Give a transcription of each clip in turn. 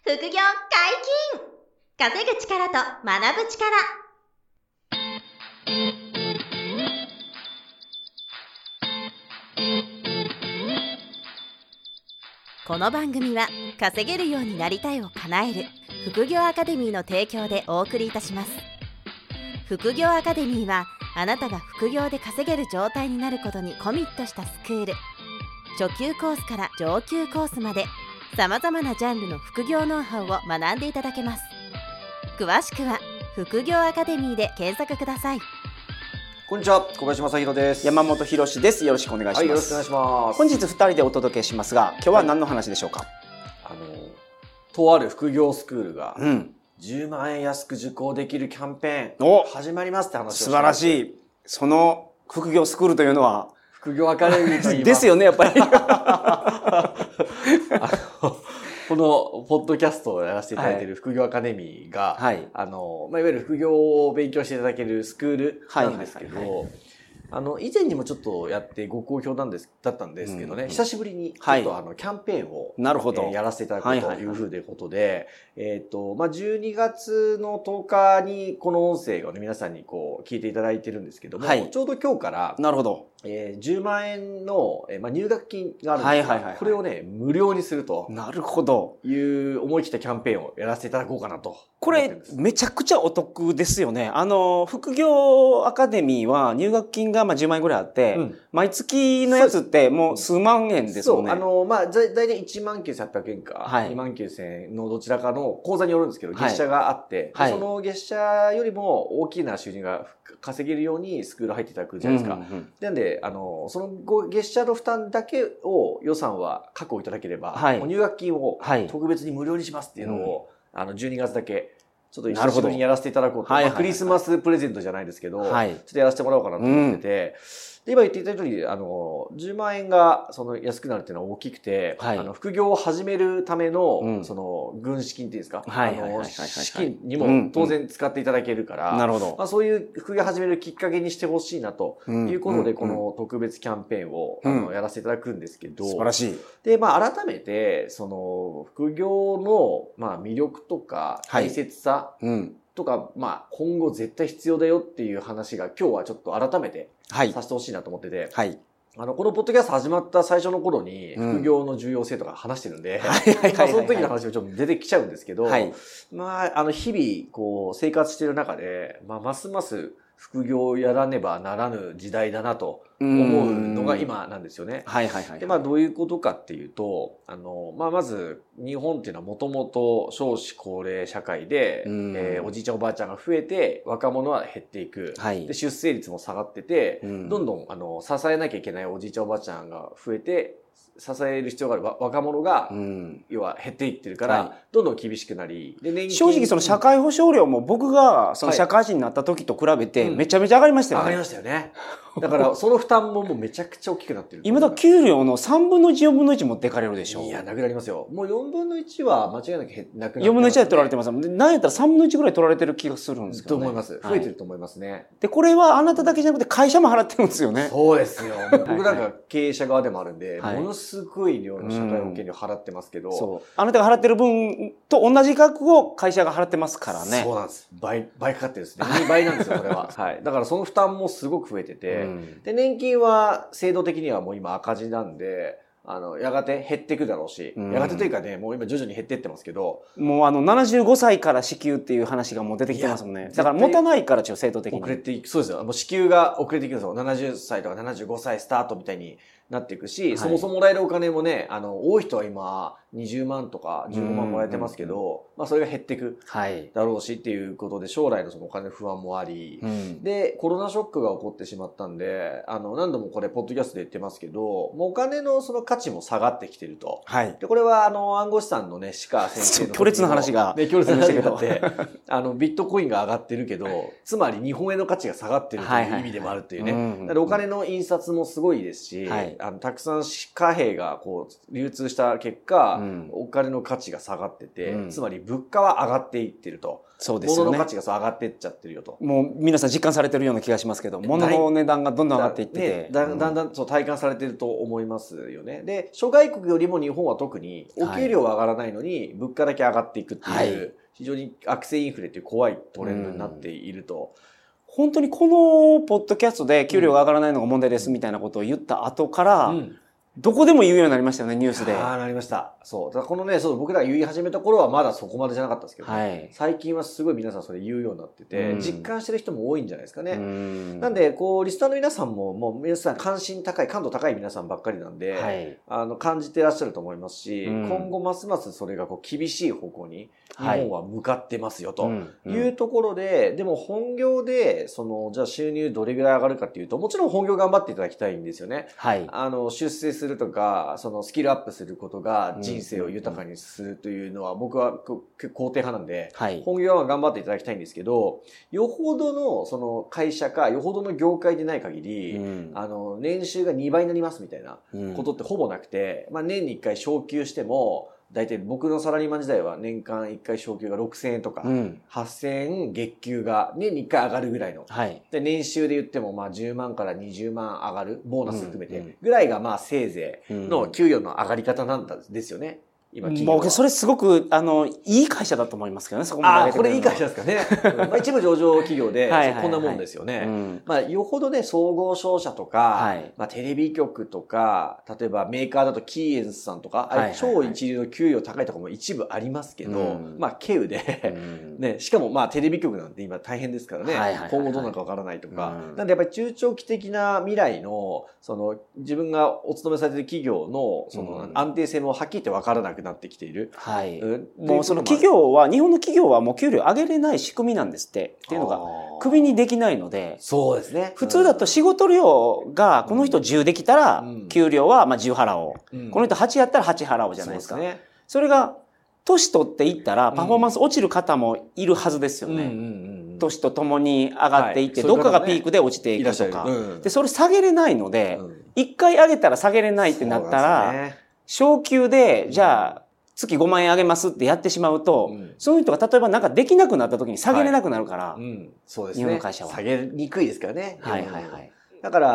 副業解禁！稼ぐ力と学ぶ力。この番組は稼げるようになりたいを叶える副業アカデミーの提供でお送りいたします。副業アカデミーはあなたが副業で稼げる状態になることにコミットしたスクール。初級コースから上級コースまでさまざまなジャンルの副業ノウハウを学んでいただけます。詳しくは副業アカデミーで検索ください。 こんにちは、小林正弘です。 山本博です。よろしくお願いします。 はい、よろしくお願いします。 本日2人でお届けしますが、今日は何の話でしょうか？ とある副業スクールが、10万円安く受講できるキャンペーン始まりますって話をして素晴らしい。その副業スクールというのは副業アカデミーと言いますですよね、やっぱりこのポッドキャストをやらせていただいている副業アカデミーが、はい、いわゆる副業を勉強していただけるスクールなんですけど、以前にもちょっとやってご好評だったんですけどね、久しぶりにちょっとキャンペーンを、やらせていただくというふうでことで、12月の10日にこの音声をね、皆さんにこう聞いていただいてるんですけども、ちょうど今日から、 なるほど。 10万円の、入学金があるんですが、これをね、無料にすると。 なるほど。 いう思い切ったキャンペーンをやらせていただこうかなと。 これ、めちゃくちゃお得ですよね。副業アカデミーは入学金が10万円ぐらいあって、毎月のやつってもう数万円ですもんね。 そう、だいたい19,800円か、29,000円のどちらかの口座によるんですけど、月謝があって、その月謝よりも大きな収入が稼げるようにスクール入っていただくじゃないですか。なんで、その月謝の負担だけを予算は確保いただければ、入学金を特別に無料にしますっていうのを、12月だけ、ちょっと久しぶりにやらせていただこうと。クリスマスプレゼントじゃないですけど、ちょっとやらせてもらおうかなと思ってて、で、今言っていた通り、10万円が、安くなるっていうのは大きくて、副業を始めるための、軍資金っていうんですか、資金にも当然使っていただけるから、 なるほど。 そういう副業を始めるきっかけにしてほしいなということで、この特別キャンペーンを、やらせていただくんですけど、 素晴らしい。 で、改めて、副業の、魅力とか、大切さ、とか、今後絶対必要だよっていう話が今日はちょっと改めてさせてほしいなと思ってて、このポッドキャスト始まった最初の頃に副業の重要性とか話してるんで、その時の話もちょっと出てきちゃうんですけど、日々こう生活している中で、ますます副業をやらねばならぬ時代だなと思うのが今なんですよね。で、どういうことかっていうと、まず日本っていうのはもともと少子高齢社会で、おじいちゃんおばあちゃんが増えて若者は減っていく。で、出生率も下がってて、どんどん支えなきゃいけないおじいちゃんおばあちゃんが増えて、支える必要がある若者が、要は減っていってるから、どんどん厳しくなり、で、 正直その社会保障料も僕がその社会人になった時と比べてめちゃめちゃ上がりましたよね。 上がりましたよね。だからその負担ももうめちゃくちゃ大きくなってる。 今だ給料の3分の1、4分の1持ってかれるでしょ。 いや、なくなりますよ。もう4分の1は間違いなくなくなってます、ね。 4分の1で取られてます。なんやったら3分の1ぐらい取られてる気がするんですけどね。 と思います。増えてると思いますね。 で、これはあなただけじゃなくて会社も払ってるんですよね。 そうですよ。僕なんか経営者側でもあるんで、ものすごい量の社会保険料払ってますけど、 そう。あなたが払ってる分と同じ額を会社が払ってますからね。 そうなんです。倍かかってるんですね。2倍なんですよ、これは。だからその負担もすごく増えてて、で、年金は制度的にはもう今赤字なんで、やがて減っていくだろうし、やがてというかね、もう今徐々に減っていってますけど。 もう75歳から支給っていう話がもう出てきてますもんね。だから持たないから制度的に。 遅れていく。そうですよ。もう支給が遅れていくんですよ。70歳とか75歳スタートみたいになっていくし、そもそももらえるお金もね、多い人は今、20万とか15万もらえてますけど、それが減っていくだろうしっていうことで、将来のそのお金の不安もあり、で、コロナショックが起こってしまったんで、何度もこれ、ポッドキャストで言ってますけど、もうお金のその価値も下がってきてると。で、これは暗号資産のね、鹿先生の。 強烈な話が。 ね、強烈な話があって、ビットコインが上がってるけど、つまり日本円の価値が下がってるという意味でもあるっていうね。だからお金の印刷もすごいですし、 たくさん貨幣がこう流通した結果、お金の価値が下がってて、つまり物価は上がっていってると。 そうですよね。 物の価値が上がっていっちゃってるよと。 もう皆さん実感されてるような気がしますけど、物の値段がどんどん上がっていってて。 だんだんそう体感されてると思いますよね。で、諸外国よりも日本は特にお給料は上がらないのに物価だけ上がっていくっていう、非常に悪性インフレっていう怖いトレンドになっていると。 本当にこのポッドキャストで給料が上がらないのが問題ですみたいなことを言った後から、どこでも言うようになりましたよね、ニュースで。 ああ、なりました。そう。だからこのね、僕らが言い始めた頃はまだそこまでじゃなかったんですけど、最近はすごい皆さんそれ言うようになってて、実感してる人も多いんじゃないですかね。なんで、リスナーの皆さんも、もう皆さん感度高い皆さんばっかりなんで、感じてらっしゃると思いますし、今後ますますそれが厳しい方向に日本は向かってますよというところで、でも本業で、じゃあ収入どれぐらい上がるかっていうと、もちろん本業頑張っていただきたいんですよね。出世するとか、スキルアップすることが人生を豊かにするというのは僕は結構肯定派なんで、本業は頑張っていただきたいんですけど、よほどの会社か、よほどの業界でない限り、年収が2倍になりますみたいなことってほぼなくて、年に1回昇給しても、大体僕のサラリーマン時代は年間1回昇給が6000円とか、8000円月給が年に1回上がるぐらいの。で年収で言っても10万から20万上がる、ボーナス含めてぐらいがせいぜいの給与の上がり方なんですよね。 もうそれすごくいい会社だと思いますけどね、そこまでこれいい会社ですかね。一部上場企業でこんなもんですよね。よほどね、総合商社とか、テレビ局とか、例えばメーカーだとキーエンスさんとか、超一流の給与高いところも一部ありますけど、稀有で、ね、しかもテレビ局なんて今大変ですからね、今後どうなるかわからないとか。なんでやっぱり中長期的な未来の、自分がお勤めされている企業の、安定性もはっきり言ってわからなくなってきている。 もう日本の企業はもう給料上げれない仕組みなんですって。っていうのが、クビにできないので。 そうですね。 普通だと仕事量が、この人10できたら、給料は10払おう。この人8やったら8払おうじゃないですか。それが、年取っていったら、パフォーマンス落ちる方もいるはずですよね。年とともに上がっていって、どっかがピークで落ちていくとか。で、それ下げれないので、一回上げたら下げれないってなったら、昇給で、じゃあ、月5万円上げますってやってしまうと、そういう人が例えばなんかできなくなった時に下げれなくなるから、 そうですね。 日本の会社は。 下げにくいですからね。だから、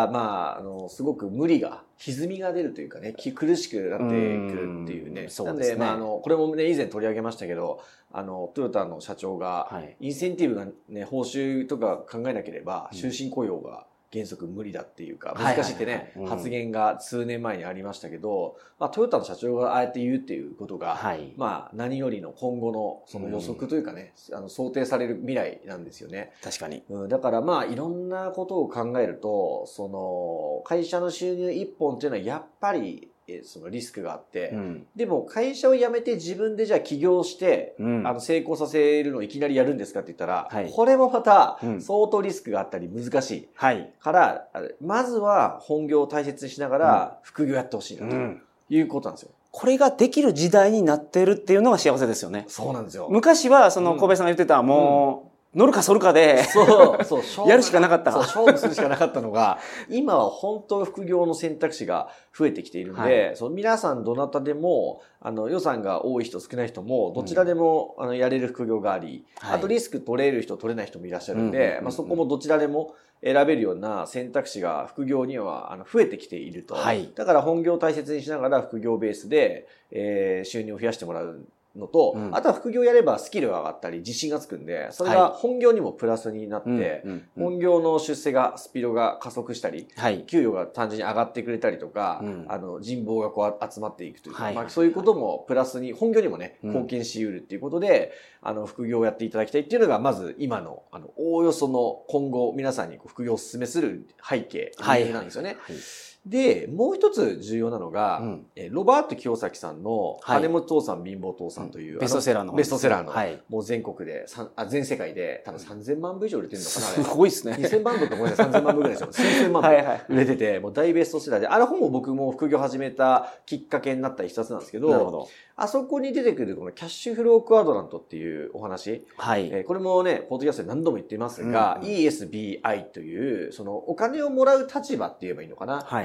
すごく無理が、歪みが出るというかね、苦しくなってくるっていうね。なんで、これもね、以前取り上げましたけど、トヨタの社長が、インセンティブがね、報酬とか考えなければ、終身雇用が、原則無理だっていうか、難しいってね、発言が数年前にありましたけど、トヨタの社長がああやって言うっていうことが、何よりの今後のその予測というかね、想定される未来なんですよね。 確かに。 だからいろんなことを考えると、会社の収入一本っていうのはやっぱり、リスクがあって、でも会社を辞めて自分でじゃあ起業して、成功させるのをいきなりやるんですかって言ったら、これもまた相当リスクがあったり難しい。から、まずは本業を大切にしながら副業やってほしいなということなんですよ。 これができる時代になってるっていうのが幸せですよね。 そうなんですよ。 昔は小林さんが言ってた、もう、乗るか反るかで、やるしかなかった。 勝負するしかなかったのが、今は本当副業の選択肢が増えてきているので、皆さんどなたでも、予算が多い人少ない人も、どちらでも、やれる副業があり、あとリスク取れる人取れない人もいらっしゃるんで、そこもどちらでも選べるような選択肢が副業には増えてきていると。だから本業を大切にしながら副業ベースで、収入を増やしてもらうのと、あとは副業やればスキルが上がったり自信がつくんで、それが本業にもプラスになって、本業の出世が、スピードが加速したり、給与が単純に上がってくれたりとか、人望がこう集まっていくというか、そういうこともプラスに、本業にもね、貢献し得るっていうことで、副業をやっていただきたいっていうのが、まず今の、おおよその今後皆さんに副業をお勧めする背景なんですよね。で、もう一つ重要なのが、ロバート清崎さんの金持ち父さん貧乏父さんという、 ベストセラーの。 ベストセラーの、もう全国で、全世界で多分3000万部以上売れてるのかな。 すごいですね。 2000万部とごめんなさい、3000万部ぐらいですよ。数千万部売れてて、もう大ベストセラーで、あの本も僕も副業始めたきっかけになった一冊なんですけど、あそこに出てくるこのキャッシュフロークワドラントっていうお話。これもね、ポッドキャストで何度も言っていますが、ESBI という、そのお金をもらう立場って言えばいいのかな、が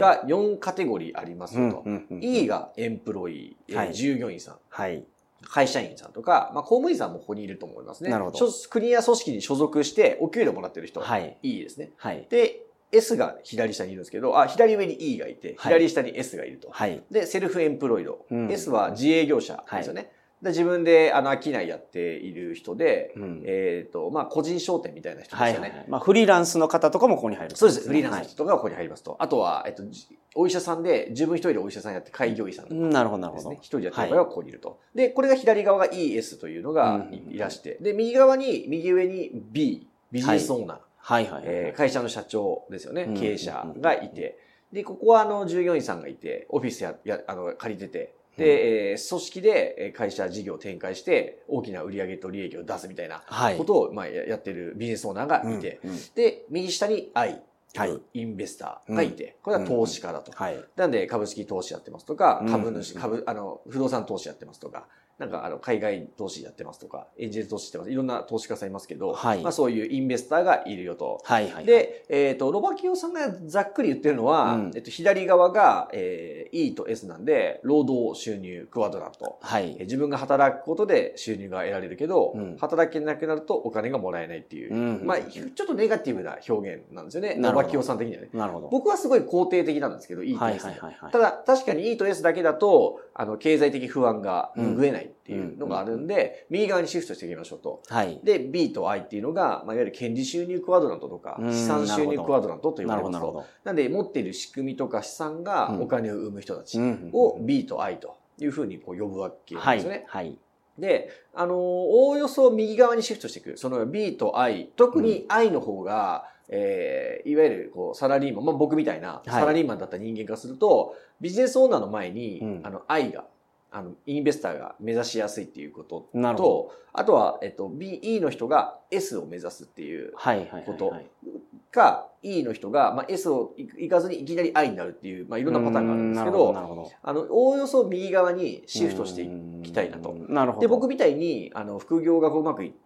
が4カテゴリーありますよと。E がエンプロイ、従業員さん。会社員さんとか、公務員さんもここにいると思いますね。なるほど。国や組織に所属してお給料もらってる人。E ですね。で、S が左下にいるんですけど、左上に E がいて、左下に S がいると。で、セルフエンプロイド。S は自営業者ですよね。で自分で、商いやっている人で、個人商店みたいな人ですよね。 フリーランスの方とかもここに入る。 そうです。フリーランスの人とかがここに入りますと。あとは、お医者さんで、自分一人でお医者さんやって開業医さんとか。 なるほど、なるほど。 一人でやってる場合はここにいると。で、これが左側が ES というのがいらして、で、右上に B、ビジネスオーナー。会社の社長ですよね。経営者がいて。で、ここは従業員さんがいて、オフィス借りてて、で、組織で会社事業を展開して大きな売上と利益を出すみたいなことをやってるビジネスオーナーがいて、で、右下に I、インベスターがいて、これは投資家だと。なんで株式投資やってますとか、不動産投資やってますとか、海外投資やってますとか、エンジェル投資してます。いろんな投資家さんいますけど、そういうインベスターがいるよと。で、ロバキオさんがざっくり言ってるのは、左側が、E と S なんで、労働収入クワドラント。自分が働くことで収入が得られるけど、働けなくなるとお金がもらえないっていう、ちょっとネガティブな表現なんですよね。ロバキオさん的にはね。僕はすごい肯定的なんですけど、E と S。ただ、確かに E と S だけだと、経済的不安が拭えないっていうのがあるんで、右側にシフトしていきましょうと。で、B と I っていうのが、いわゆる権利収入クワドラントとか、資産収入クワドラントと言われますと。なんで、持っている仕組みとか資産がお金を生む人たちを B と I というふうに呼ぶわけなんですよね。で、おおよそ右側にシフトしていく。その B と I、特に I の方が、いわゆるサラリーマン、僕みたいなサラリーマンだった人間からすると、ビジネスオーナーの前に、I が、インベスターが目指しやすいっていうことと、あとは、E の人が S を目指すっていうことか、E の人が、S を行かずにいきなり I になるっていう、いろんなパターンがあるんですけど、おおよそ右側にシフトしていきたいなと。で、僕みたいに、副業がうまくいって、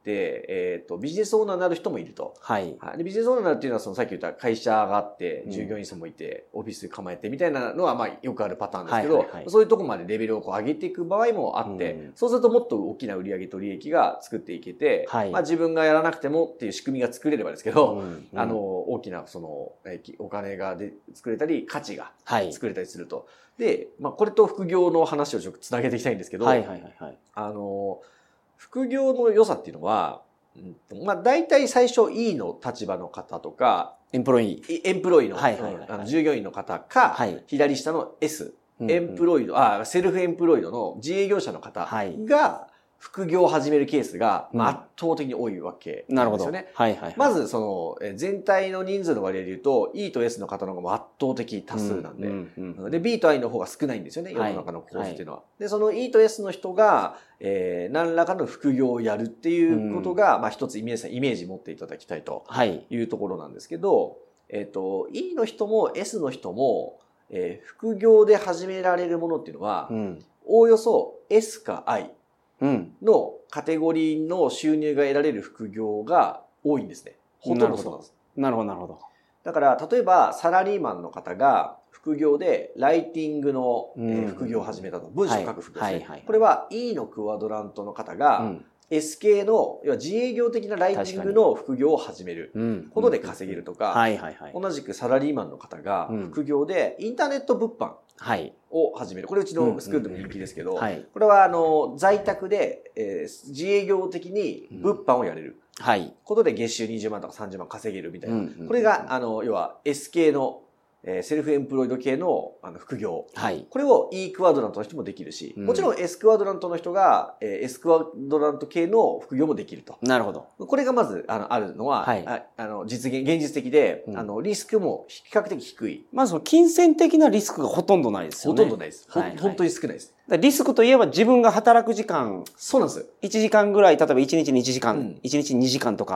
ビジネスオーナーになる人もいると。でビジネスオーナーになるっていうのは、さっき言った会社があって、従業員さんもいて、オフィス構えてみたいなのは、よくあるパターンですけど、そういうとこまでレベルを上げていく場合もあって、そうするともっと大きな売上と利益が作っていけて、自分がやらなくてもっていう仕組みが作れればですけど、大きなお金が作れたり、価値が作れたりすると。で、これと副業の話をちょっとつなげていきたいんですけど、副業の良さっていうのは、大体最初 E の立場の方とか、エンプロイの従業員の方か、左下の S、セルフエンプロイドの自営業者の方が、副業を始めるケースが圧倒的に多いわけなんですよね。まず全体の人数の割合で言うと E と S の方の方が圧倒的多数なんで、で B と I の方が少ないんですよね、世の中の構図っていうのは。で、その E と S の人が、何らかの副業をやるっていうことが、一つイメージ持っていただきたいというところなんですけど、E の人も S の人も、副業で始められるものっていうのは、おおよそ S か Iのカテゴリーの収入が得られる副業が多いんですね。ほとんどそうなんです。 なるほど、なるほど。 だから、例えばサラリーマンの方が副業でライティングの副業を始めたと。文章を書く副業ですね。これは E のクワドラントの方が S 系の要は自営業的なライティングの副業を始めることで稼げるとか、同じくサラリーマンの方が副業でインターネット物販を始める。これうちのスクールでも人気ですけど、これは在宅で自営業的に物販をやれることで月収20万とか30万稼げるみたいな。これが要は S 系のセルフエンプロイド系の副業。これを E クワドラントの人もできるし、もちろん S クワドラントの人が S クワドラント系の副業もできると。 なるほど。 これがまずあるのは、現実的で、リスクも比較的低い。 まず金銭的なリスクがほとんどないですよね。 ほとんどないです。本当に少ないです。 リスクといえば自分が働く時間。 そうなんです。 1時間ぐらい、例えば1日に1時間、1日に2時間とか。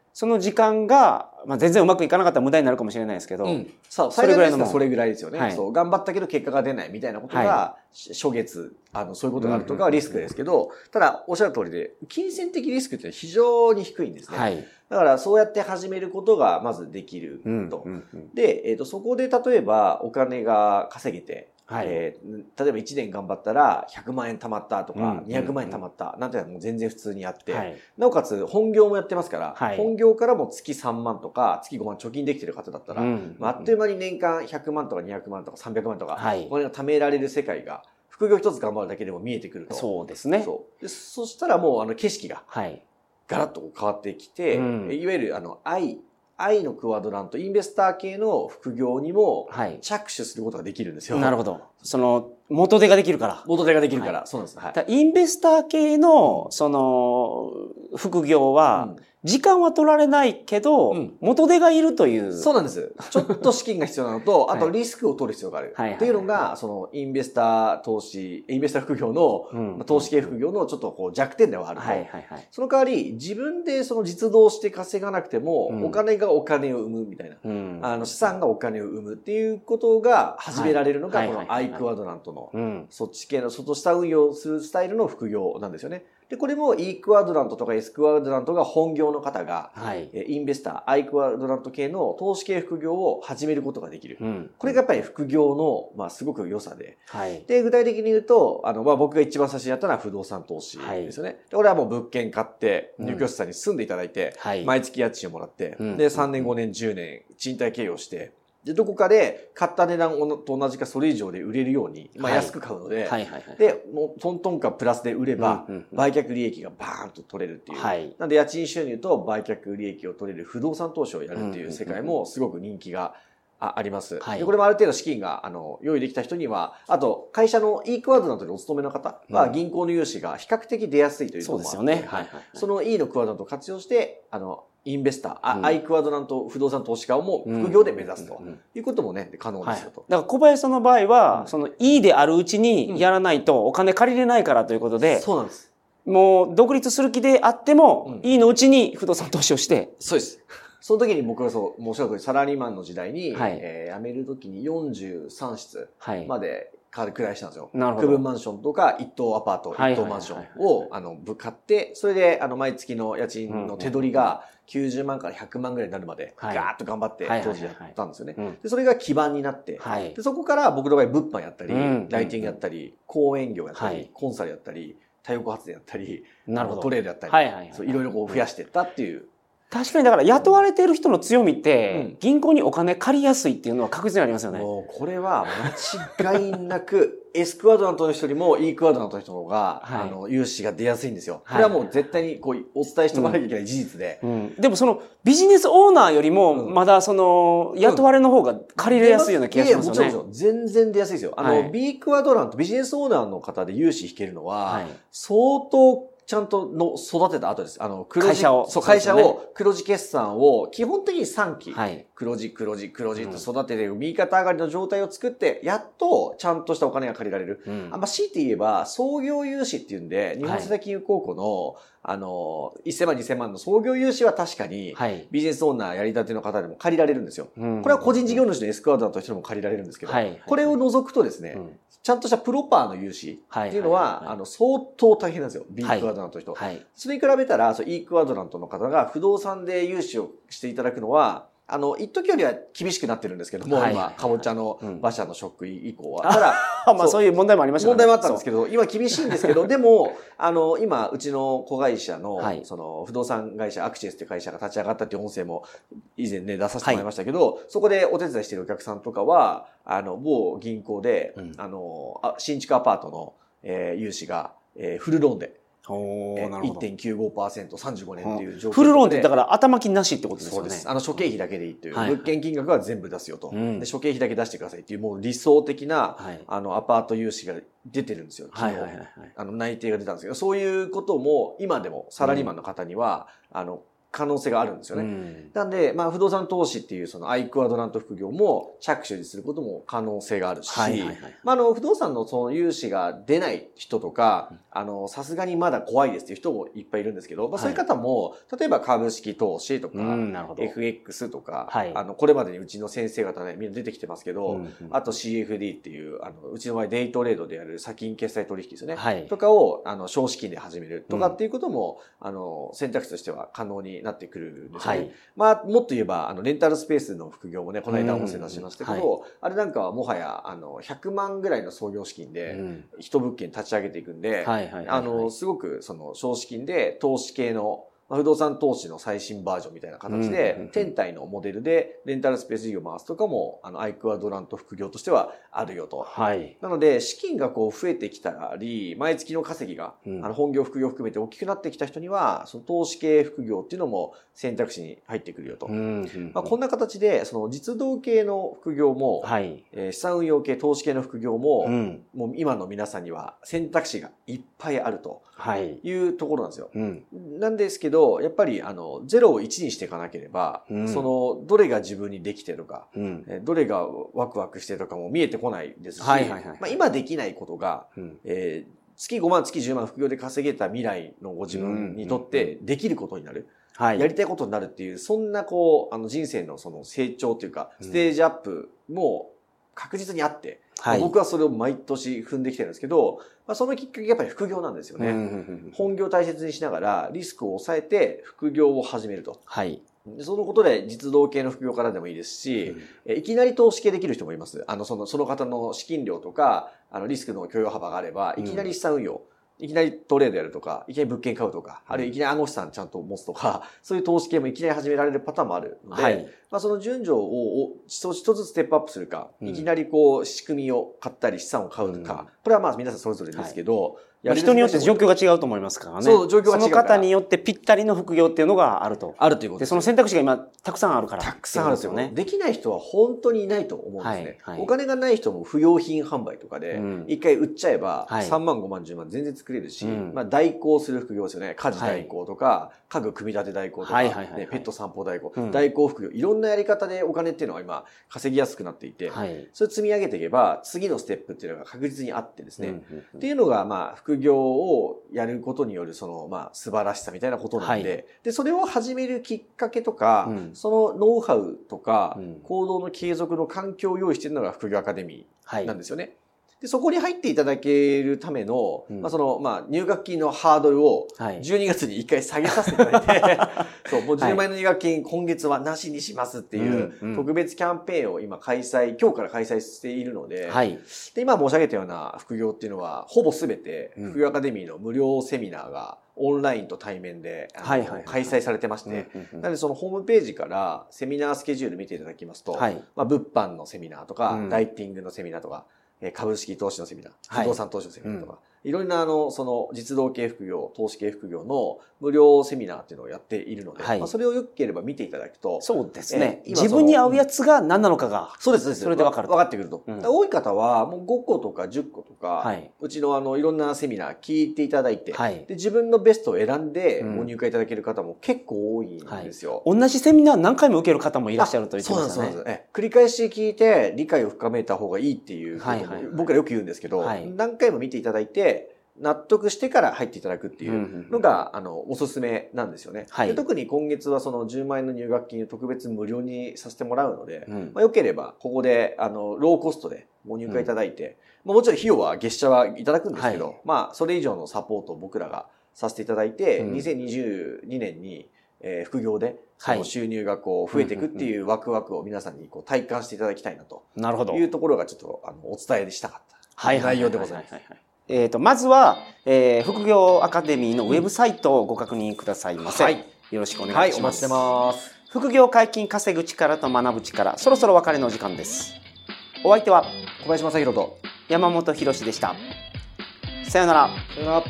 その時間が、まあ、全然うまくいかなかったら無駄になるかもしれないですけど、 そう、それぐらいのそれぐらいですよね。そう、頑張ったけど結果が出ないみたいなことが、初月、そういうことがあるとかはリスクですけど、ただ、おっしゃる通りで、金銭的リスクって非常に低いんですね。だから、そうやって始めることがまずできると。で、そこで例えばお金が稼げて、例えば1年頑張ったら100万円貯まったとか、200万円貯まった、なんていうのもう全然普通にやって、なおかつ本業もやってますから、本業からも月3万とか月5万貯金できてる方だったら、あっという間に年間100万とか200万とか300万とか、お金が貯められる世界が、副業一つ頑張るだけでも見えてくると。 そうですね。 そしたらもう景色が、ガラッと変わってきて、いわゆる愛のクワドラント、インベスター系の副業にも着手することができるんですよ。 なるほど。元手ができるから。 元手ができるから。そうなんです。 インベスター系の、副業は、時間は取られないけど、元手がいるという。 そうなんです。ちょっと資金が必要なのと、あとリスクを取る必要がある。っていうのが、インベスター副業の、投資系副業のちょっと弱点ではあると。その代わり、自分で実動して稼がなくても、お金がお金を生むみたいな。資産がお金を生むっていうことが始められるのが、このアイクワドラントの、そっち系の外下運用するスタイルの副業なんですよね。で、これも E クワドラントとか S クワドラントが本業の方が、インベスター、I クワドラント系の投資系副業を始めることができる。これがやっぱり副業の、すごく良さで。で、具体的に言うと、僕が一番最初にやったのは不動産投資ですよね。で、これはもう物件買って、入居者さんに住んでいただいて、毎月家賃をもらって、で、3年、5年、10年、賃貸経営をして、で、どこかで買った値段と同じかそれ以上で売れるように、安く買うので、で、もうトントンかプラスで売れば、売却利益がバーンと取れるっていう。なんで家賃収入と売却利益を取れる不動産投資をやるっていう世界もすごく人気があります。で、これもある程度資金が、用意できた人には、あと、会社の E クワドラントにお勤めの方は、銀行の融資が比較的出やすいというのもあって、そうですよね。その E のクワドラントを活用して、インベスター、アイクワドラント不動産投資家をも副業で目指すということもね、可能ですよと。 だから小林さんの場合は、E であるうちにやらないとお金借りれないからということで、 そうなんです。 もう独立する気であっても、E のうちに不動産投資をして。 そうです。その時に僕は申し訳ない。サラリーマンの時代に、辞める時に43室までくらいしたんですよ。区分マンションとか一棟アパート、一棟マンションを買って、それで毎月の家賃の手取りが90万から100万ぐらいになるまでガーッと頑張って当時やったんですよね。で、それが基盤になって、でそこから僕の場合物販やったり、ライティングやったり、講演業やったり、コンサルやったり、太陽光発電やったり、トレードやったり、いろいろ増やしていったっていう。 確かにだから雇われている人の強みって、銀行にお金借りやすいっていうのは確実にありますよね。 もうこれは間違いなく S クワドラントの人よりも E クワドラントの人の方が、融資が出やすいんですよ。これはもう絶対にお伝えしておかなきゃいけない事実で。 でもビジネスオーナーよりも、まだ雇われの方が借りれやすいような気がしますよね。 もちろん全然出やすいですよ。B クワドラント、ビジネスオーナーの方で融資引けるのは、相当ちゃんと育てた後です。 会社を。 そう、会社を、黒字決算を、基本的に3期。黒字と育てて、右肩上がりの状態を作って、やっと、ちゃんとしたお金が借りられる。強いて言えば、創業融資っていうんで、日本世代金融高校の、1000万、2000万の創業融資は確かに、ビジネスオーナーやりたての方でも借りられるんですよ。これは個人事業主のエスクワードとしても借りられるんですけど、これを除くとですね、ちゃんとしたプロパーの融資っていうのは、相当大変なんですよ。B クワドラントの人。それに比べたら、E クワドラントの方が不動産で融資をしていただくのは、一時よりは厳しくなってるんですけども、今、かぼちゃの馬車のショック以降は。ただ、 そういう問題もありましたね。 問題もあったんですけど、今厳しいんですけど、でも、今、うちの子会社の、不動産会社、アクシエスっていう会社が立ち上がったっていう音声も以前ね、出させてもらいましたけど、そこでお手伝いしているお客さんとかは、某銀行で、新築アパートの、融資が、フルローンで、1.95%、35年っていう状況で。 フルローンってだから頭金なしってことですよね。 そうです。諸経費だけでいいという。物件金額は全部出すよと。で、諸経費だけ出してくださいっていう、もう理想的な、アパート融資が出てるんですよ。昨日。内定が出たんですけど、そういうことも、今でもサラリーマンの方には、 可能性があるんですよね。なんで、不動産投資っていうそのアイクワドラント副業も着手することも可能性があるし、不動産のその融資が出ない人とか、さすがにまだ怖いですっていう人もいっぱいいるんですけど、そういう方も、例えば株式投資とか、FX とか、これまでにうちの先生方ね、みんな出てきてますけど、あと CFD っていう、うちの場合デイトレードでやる先金決済取引ですよね。とかを、少資金で始めるとかっていうことも、選択肢としては可能になってくるんですね。もっと言えば、レンタルスペースの副業もね、この間お世話しましたけど、あれなんかはもはや、100万ぐらいの創業資金で、一物件立ち上げていくんで、すごくその少資金で投資系の不動産投資の最新バージョンみたいな形で、天体のモデルでレンタルスペース事業を回すとかも、アイクワドラント副業としてはあるよと。なので、資金がこう増えてきたり、毎月の稼ぎが、本業、副業含めて大きくなってきた人には、その投資系副業っていうのも選択肢に入ってくるよと。こんな形で、その実動系の副業も、資産運用系、投資系の副業も、もう今の皆さんには選択肢がいっぱいあるというところなんですよ。なんですけど、やっぱり0を1にしていかなければ、そのどれが自分にできてるか、どれがワクワクしてるかも見えてこないですし、今できないことが、月5万、月10万副業で稼げた未来のご自分にとってできることになる。やりたいことになるっていう、そんなこう、人生のその成長というか、ステージアップも確実にあって、僕はそれを毎年踏んできてるんですけど、そのきっかけがやっぱり副業なんですよね。本業を大切にしながらリスクを抑えて副業を始めると。そのことで実動系の副業からでもいいですし、いきなり投資系できる人もいます。その方の資金量とか、リスクの許容幅があれば、いきなり資産運用、いきなりトレードやるとか、いきなり物件買うとか、あるいはいきなり暗号資産ちゃんと持つとか、そういう投資系もいきなり始められるパターンもあるので、その順序を一つずつステップアップするか、いきなりこう仕組みを買ったり資産を買うか、これは皆さんそれぞれですけど、 人によって状況が違うと思いますからね。 そう、状況が違うから。 その方によってぴったりの副業っていうのがあると。 あるということです。 で、その選択肢が今たくさんあるから。 たくさんあるんですよね。できない人は本当にいないと思うんですね。お金がない人も不用品販売とかで、一回売っちゃえば、3万、5万、10万全然作れるし、代行する副業ですよね。家事代行とか、家具組み立て代行とか、ペット散歩代行、代行副業、いろんなやり方でお金っていうのは今稼ぎやすくなっていて、それ積み上げていけば、次のステップっていうのが確実にあってですね。っていうのが、副業をやることによるその素晴らしさみたいなことなんで、でそれを始めるきっかけとか、そのノウハウとか、行動の継続の環境を用意しているのが副業アカデミーなんですよね。でそこに入っていただけるための、入学金のハードルを12月に一回下げさせていただいて、そう、もう10万円の入学金今月はなしにしますっていう特別キャンペーンを今今日から開催しているので、で、今申し上げたような副業っていうのは、ほぼすべて副業アカデミーの無料セミナーがオンラインと対面で開催されてまして、なのでそのホームページからセミナースケジュール見ていただきますと、物販のセミナーとか、ライティングのセミナーとか、株式投資のセミナー、不動産投資のセミナーとか、いろんなその実動系副業、投資系副業の無料セミナーっていうのをやっているので、それをよければ見ていただくと。 そうですね。自分に合うやつが何なのかが。 そうです。 それで分かる。 分かってくると。多い方はもう5個とか10個とか、うちのいろんなセミナー聞いていただいて、で自分のベストを選んでご入会いただける方も結構多いんですよ。 同じセミナー何回も受ける方もいらっしゃると言ってましたね。 そうなんです。繰り返し聞いて理解を深めた方がいいっていう僕らよく言うんですけど、何回も見ていただいて、納得してから入っていただくっていうのが、おすすめなんですよね。で特に今月はその10万円の入学金を特別無料にさせてもらうので、よければここで、ローコストでご入会いただいて、もちろん費用は月謝はいただくんですけど、それ以上のサポートを僕らがさせていただいて、2022年に、副業でその収入がこう増えていくっていうワクワクを皆さんにこう体感していただきたいなというところがちょっとお伝えしたかった内容でございます。 まずは、副業アカデミーのウェブサイトをご確認くださいませ。よろしくお願いします。 お待ちしてます。 副業解禁稼ぐ力と学ぶ力、そろそろ別れの時間です。お相手は小林正弘と山本博でした。さよなら。 さよなら。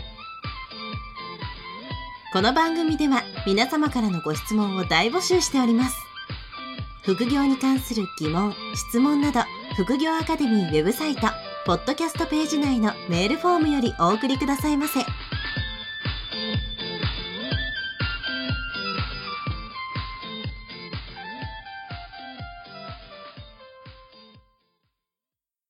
この番組では皆様からのご質問を大募集しております。副業に関する疑問・質問など、副業アカデミーウェブサイトポッドキャストページ内のメールフォームよりお送りくださいませ。